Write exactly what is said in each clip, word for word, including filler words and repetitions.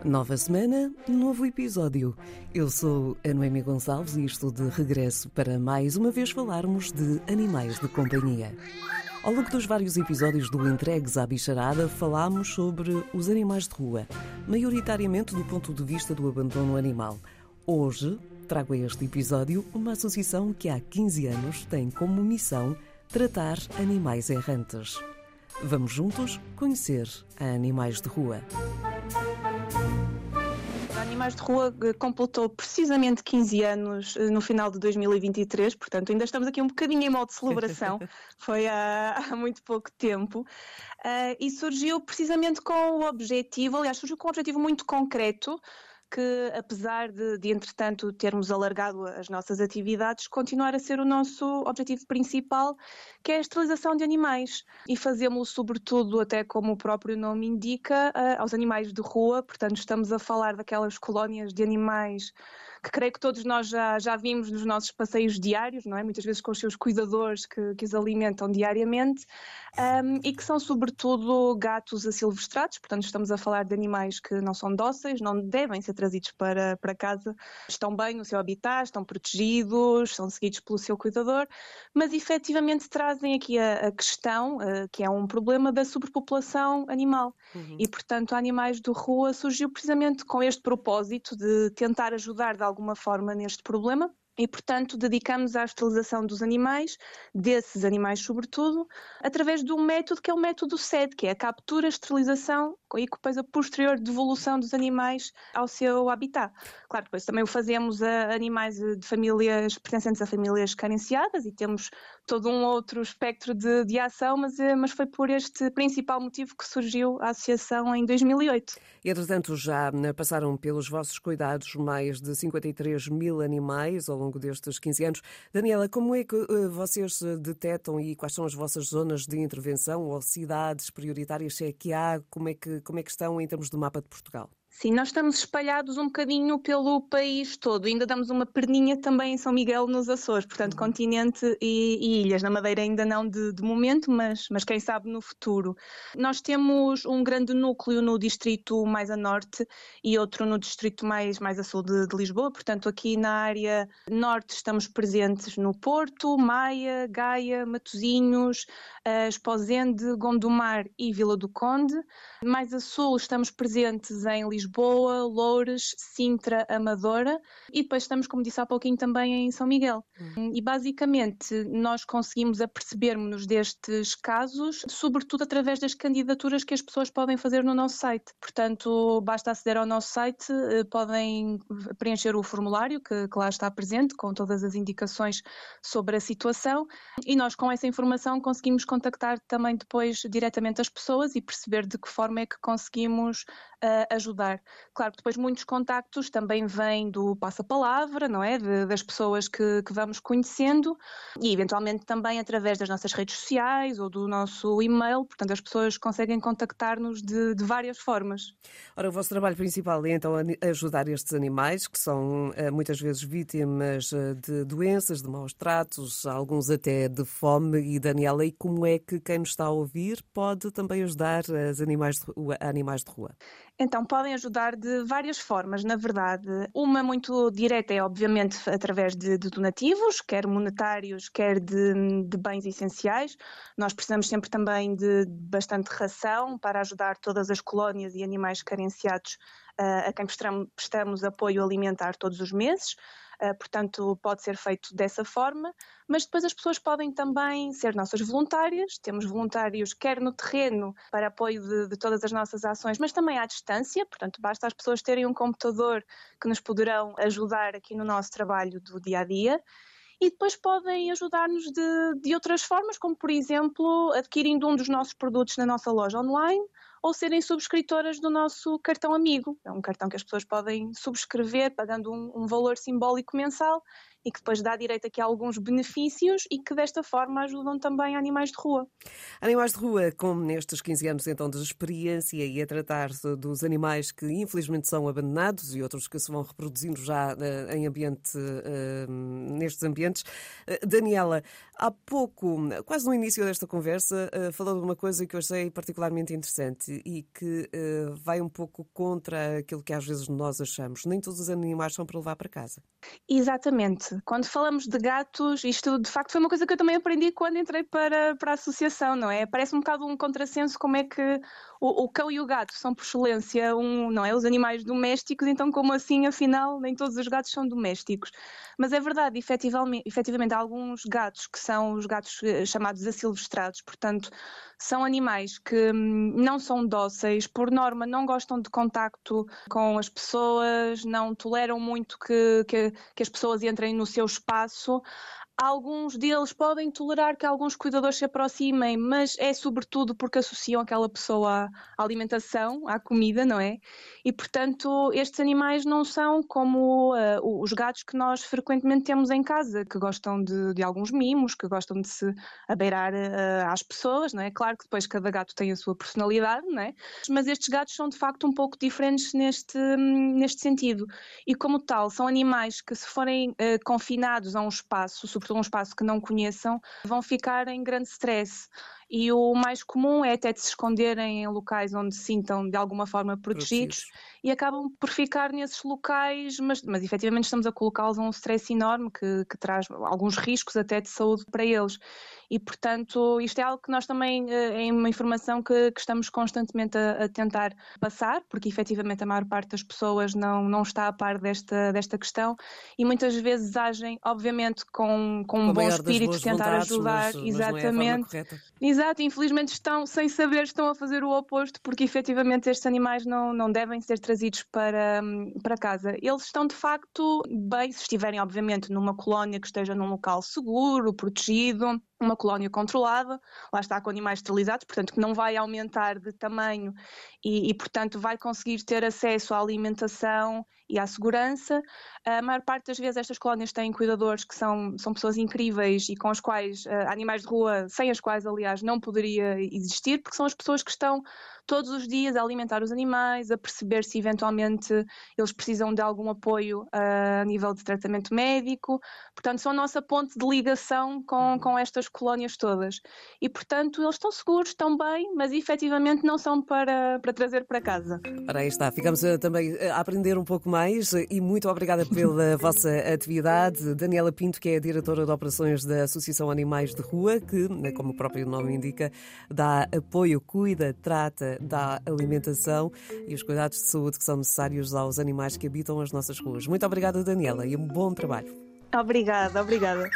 Nova semana, novo episódio. Eu sou a Noemi Gonçalves e estou de regresso para mais uma vez falarmos de animais de companhia. Ao longo dos vários episódios do Entregues à Bicharada, falámos sobre os animais de rua, maioritariamente do ponto de vista do abandono animal. Hoje, trago a este episódio uma associação que há quinze anos tem como missão tratar animais errantes. Vamos juntos conhecer a Animais de Rua. Animais de Rua completou precisamente quinze anos no final de dois mil e vinte e três, portanto ainda estamos aqui um bocadinho em modo de celebração, foi há, há muito pouco tempo, uh, e surgiu precisamente com o objetivo, aliás surgiu com um objetivo muito concreto, que apesar de, de entretanto termos alargado as nossas atividades, continuar a ser o nosso objetivo principal, que é a esterilização de animais, e fazemos-lo sobretudo, até como o próprio nome indica, uh, aos animais de rua. Portanto estamos a falar daquelas colónias de animais que creio que todos nós já, já vimos nos nossos passeios diários, não é? Muitas vezes com os seus cuidadores que, que os alimentam diariamente, um, e que são sobretudo gatos asilvestrados. Portanto estamos a falar de animais que não são dóceis, não devem ser trazidos para, para casa, estão bem no seu habitat, estão protegidos, são seguidos pelo seu cuidador, mas efetivamente trazem aqui a, a questão, uh, que é um problema da superpopulação animal. Uhum. E portanto Animais de Rua surgiu precisamente com este propósito de tentar ajudar de alguma forma neste problema. E, portanto, dedicamos à esterilização dos animais, desses animais sobretudo, através de um método que é o método S E D, que é a captura, esterilização e depois a posterior devolução dos animais ao seu habitat. Claro, depois também o fazemos a animais de famílias pertencentes a famílias carenciadas e temos todo um outro espectro de, de ação, mas, mas foi por este principal motivo que surgiu a associação em dois mil e oito. E, entretanto, já passaram pelos vossos cuidados mais de cinquenta e três mil animais ao longo destes quinze anos. Daniela, como é que uh, vocês detectam e quais são as vossas zonas de intervenção ou cidades prioritárias, se é que há, como é que, como é que estão em termos de mapa de Portugal? Sim, nós estamos espalhados um bocadinho pelo país todo, ainda damos uma perninha também em São Miguel nos Açores, portanto uhum. continente e, e ilhas. Na Madeira ainda não de, de momento, mas, mas quem sabe no futuro. Nós temos um grande núcleo no distrito mais a norte e outro no distrito mais, mais a sul de, de Lisboa, portanto aqui na área norte estamos presentes no Porto, Maia, Gaia, Matosinhos, Esposende, Gondomar e Vila do Conde. Mais a sul estamos presentes em Lisboa, Lisboa, Loures, Sintra, Amadora, e depois estamos, como disse há pouquinho, também em São Miguel. Hum. E basicamente nós conseguimos aperceber-nos destes casos, sobretudo através das candidaturas que as pessoas podem fazer no nosso site. Portanto, basta aceder ao nosso site, podem preencher o formulário que, que lá está presente, com todas as indicações sobre a situação, e nós com essa informação conseguimos contactar também depois diretamente as pessoas e perceber de que forma é que conseguimos uh, ajudar. Claro que depois muitos contactos também vêm do passa-palavra, não é? De, das pessoas que, que vamos conhecendo e eventualmente também através das nossas redes sociais ou do nosso e-mail, portanto as pessoas conseguem contactar-nos de, de várias formas. Ora, o vosso trabalho principal é então ajudar estes animais que são muitas vezes vítimas de doenças, de maus tratos, alguns até de fome. E Daniela, e como é que quem nos está a ouvir pode também ajudar os animais de rua, animais de rua? Então, podem ajudar de várias formas, na verdade. Uma muito direta é, obviamente, através de, de donativos, quer monetários, quer de, de bens essenciais. Nós precisamos sempre também de bastante ração para ajudar todas as colónias e animais carenciados uh, a quem prestamos, prestamos apoio alimentar todos os meses. Uh, portanto, pode ser feito dessa forma, mas depois as pessoas podem também ser nossas voluntárias. Temos voluntários quer no terreno para apoio de, de todas as nossas ações, mas também à distância, portanto basta as pessoas terem um computador que nos poderão ajudar aqui no nosso trabalho do dia-a-dia. E depois podem ajudar-nos de, de outras formas, como por exemplo adquirindo um dos nossos produtos na nossa loja online ou serem subscritoras do nosso cartão amigo. É um cartão que as pessoas podem subscrever pagando um, um valor simbólico mensal e que depois dá direito aqui a alguns benefícios e que desta forma ajudam também animais de rua. Animais de rua, como nestes quinze anos então de experiência e a tratar dos animais que infelizmente são abandonados e outros que se vão reproduzindo já uh, em ambiente, uh, nestes ambientes. Uh, Daniela, há pouco, quase no início desta conversa, uh, falou de uma coisa que eu achei particularmente interessante e que uh, vai um pouco contra aquilo que às vezes nós achamos. Nem todos os animais são para levar para casa. Exatamente. Quando falamos de gatos, isto de facto foi uma coisa que eu também aprendi quando entrei para, para a associação, não é? Parece um bocado um contrassenso como é que o, o cão e o gato são por excelência um, não é? Os animais domésticos, então como assim, afinal, nem todos os gatos são domésticos? Mas é verdade, efetivamente, efetivamente há alguns gatos que são os gatos chamados asilvestrados, portanto, são animais que não são dóceis, por norma não gostam de contacto com as pessoas, não toleram muito que, que, que as pessoas entrem no seu espaço. Alguns deles podem tolerar que alguns cuidadores se aproximem, mas é sobretudo porque associam aquela pessoa à alimentação, à comida, não é? E, portanto, estes animais não são como uh, os gatos que nós frequentemente temos em casa, que gostam de, de alguns mimos, que gostam de se abeirar uh, às pessoas, não é? Claro que depois cada gato tem a sua personalidade, não é? Mas estes gatos são de facto um pouco diferentes neste, neste sentido. E como tal, são animais que se forem uh, confinados a um espaço, sobretudo um espaço que não conheçam, vão ficar em grande stress. E o mais comum é até de se esconderem em locais onde se sintam de alguma forma protegidos, protegidos. E acabam por ficar nesses locais, mas, mas efetivamente estamos a colocá-los a um stress enorme que, que traz alguns riscos até de saúde para eles. E, portanto, isto é algo que nós também, é uma informação que, que estamos constantemente a, a tentar passar, porque efetivamente a maior parte das pessoas não, não está a par desta, desta questão e muitas vezes agem, obviamente, com, com um bom espírito de tentar vontades, ajudar. Mas, exatamente. Mas não é Exato, infelizmente estão, sem saber, estão a fazer o oposto, porque efetivamente estes animais não, não devem ser trazidos para, para casa. Eles estão, de facto, bem, se estiverem, obviamente, numa colónia que esteja num local seguro, protegido, uma colónia controlada, lá está com animais esterilizados, portanto que não vai aumentar de tamanho e, e portanto vai conseguir ter acesso à alimentação e à segurança. A maior parte das vezes estas colónias têm cuidadores que são, são pessoas incríveis e com os quais, uh, animais de rua, sem as quais aliás não poderia existir, porque são as pessoas que estão todos os dias a alimentar os animais, a perceber se eventualmente eles precisam de algum apoio uh, a nível de tratamento médico, portanto são a nossa ponte de ligação com, com estas colónias todas e portanto eles estão seguros, estão bem, mas efetivamente não são para, para trazer para casa. Ora, aí está, ficamos uh, também a aprender um pouco mais e muito obrigada pela vossa atividade. Daniela Pinto, que é a diretora de operações da Associação Animais de Rua, que, como o próprio nome indica, dá apoio, cuida, trata, dá alimentação e os cuidados de saúde que são necessários aos animais que habitam as nossas ruas. Muito obrigada, Daniela, e um bom trabalho. Obrigada, obrigada.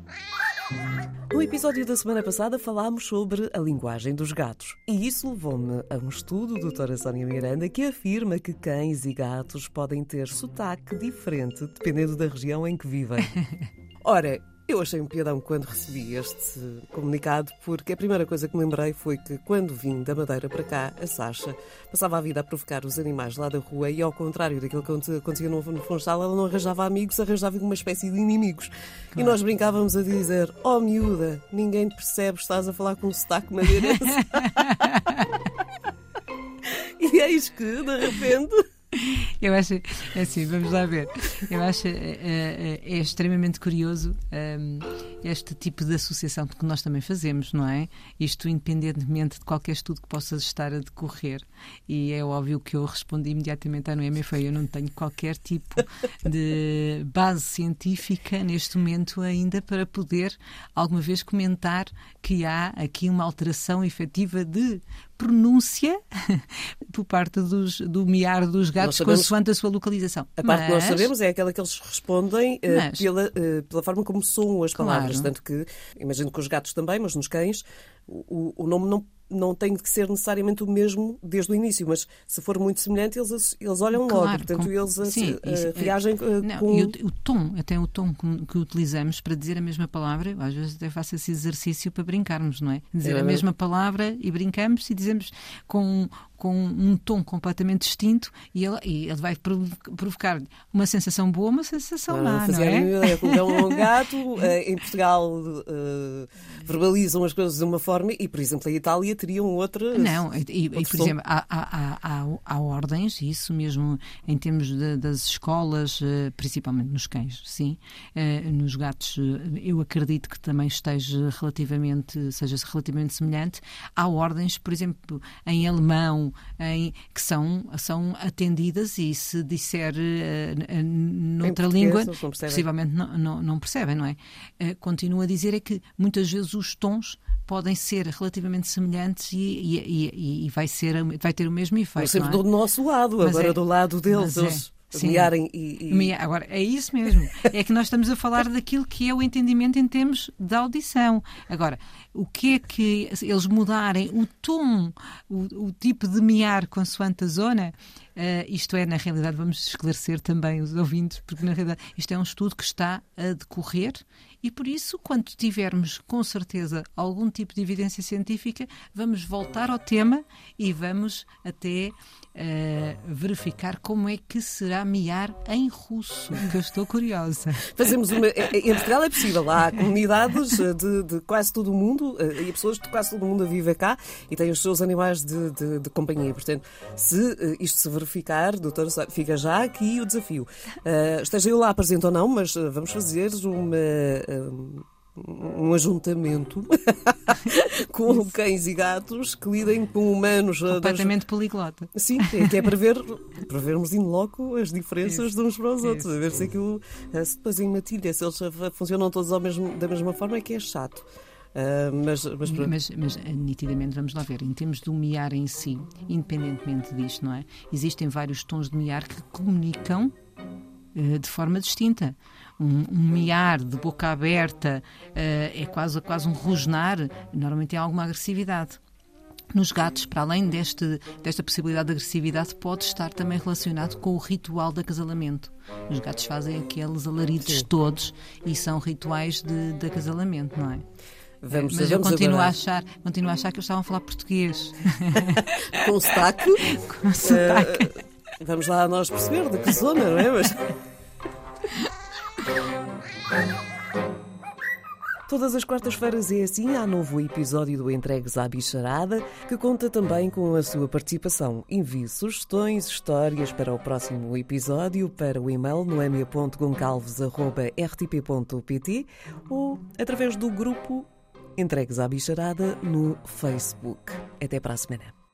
No episódio da semana passada falámos sobre a linguagem dos gatos. E isso levou-me a um estudo, doutora Sónia Miranda, que afirma que cães e gatos podem ter sotaque diferente dependendo da região em que vivem. Ora, eu achei um piadão quando recebi este comunicado, porque a primeira coisa que me lembrei foi que, quando vim da Madeira para cá, a Sasha passava a vida a provocar os animais lá da rua e, ao contrário daquilo que acontecia no Funchal, ela não arranjava amigos, arranjava uma espécie de inimigos. Claro. E nós brincávamos a dizer: oh miúda, ninguém te percebe, estás a falar com um sotaque madeirense. E eis que, de repente... Eu acho, assim, vamos lá ver, eu acho é, é extremamente curioso um, este tipo de associação que nós também fazemos, não é? Isto independentemente de qualquer estudo que possa estar a decorrer, e é óbvio que eu respondi imediatamente à Noemi, foi: eu não tenho qualquer tipo de base científica neste momento ainda para poder alguma vez comentar que há aqui uma alteração efetiva de pronúncia por parte dos, do miar dos gatos consoante a sua localização. A parte mas, que nós sabemos é aquela que eles respondem uh, mas, pela, uh, pela forma como soam as palavras. Claro. Tanto que, imagino que os gatos também, mas nos cães, o, o nome não não tem que ser necessariamente o mesmo desde o início, mas se for muito semelhante, eles, eles olham Claro, logo. Portanto, com... eles Sim, uh, isso, reagem uh, não, com... E o, o tom, até o tom que, que utilizamos para dizer a mesma palavra, eu às vezes até faço esse exercício para brincarmos, não é? Dizer é a mesma palavra e brincamos e dizemos com, com um tom completamente distinto e ele, e ele vai provocar uma sensação boa, uma sensação má, não, não é? Ideia, com um gato, uh, em Portugal uh, verbalizam as coisas de uma forma e, por exemplo, em Itália teriam outra. Não, e, e por exemplo, há, há, há, há ordens, isso mesmo em termos de, das escolas, principalmente nos cães, sim. Nos gatos, eu acredito que também esteja relativamente, seja relativamente semelhante. Há ordens, por exemplo, em alemão, em, que são, são atendidas e se disser uh, noutra língua, não possivelmente não, não, não percebem, não é? Uh, continuo a dizer é que muitas vezes os tons podem ser relativamente semelhantes e, e, e, e vai, ser, vai ter o mesmo efeito. Mas sempre não é? do nosso lado, mas agora é, do lado deles. Eles é, miarem e, e... Agora, é isso mesmo. É que nós estamos a falar daquilo que é o entendimento em termos de audição. Agora, o que é que eles mudarem o tom, o, o tipo de miar consoante a zona, uh, isto é, na realidade, vamos esclarecer também os ouvintes, porque na realidade isto é um estudo que está a decorrer e por isso, quando tivermos com certeza algum tipo de evidência científica, vamos voltar ao tema e vamos até uh, verificar como é que será miar em russo, que eu estou curiosa. Fazemos uma... Em Portugal é possível, há comunidades de, de quase todo o mundo e pessoas de quase todo o mundo a viver cá e têm os seus animais de, de, de companhia. Portanto, se isto se verificar, doutor, fica já aqui o desafio. Uh, esteja eu lá presente ou não, mas vamos fazer uma... um ajuntamento com cães e gatos que lidem com humanos completamente das... poliglota. Sim, que é para ver para vermos in loco as diferenças isso, de uns para os outros, isso. A ver se aquilo se depois em matilha, se eles funcionam todos ao mesmo, da mesma forma, é que é chato. Uh, mas, mas, mas, mas nitidamente, vamos lá ver, em termos do miar em si, independentemente disto, não é? Existem vários tons de miar que comunicam uh, de forma distinta. Um, um miar de boca aberta uh, é quase, quase um rosnar, normalmente tem alguma agressividade. Nos gatos, para além deste, desta possibilidade de agressividade, pode estar também relacionado com o ritual de acasalamento. Os gatos fazem aqueles alaridos Sim. todos e são rituais de, de acasalamento, não é? Vamos, Mas vamos eu continuo a, achar, continuo a achar que eles estavam a falar português. Com sotaque? Com sotaque. Uh, vamos lá nós perceber de que zona, não é? Mas... Todas as quartas-feiras é assim, há novo episódio do Entregues à Bicharada, que conta também com a sua participação. Envie sugestões, histórias para o próximo episódio para o e-mail noemia ponto goncalves arroba r t p ponto p t ou através do grupo Entregues à Bicharada no Facebook. Até para a semana.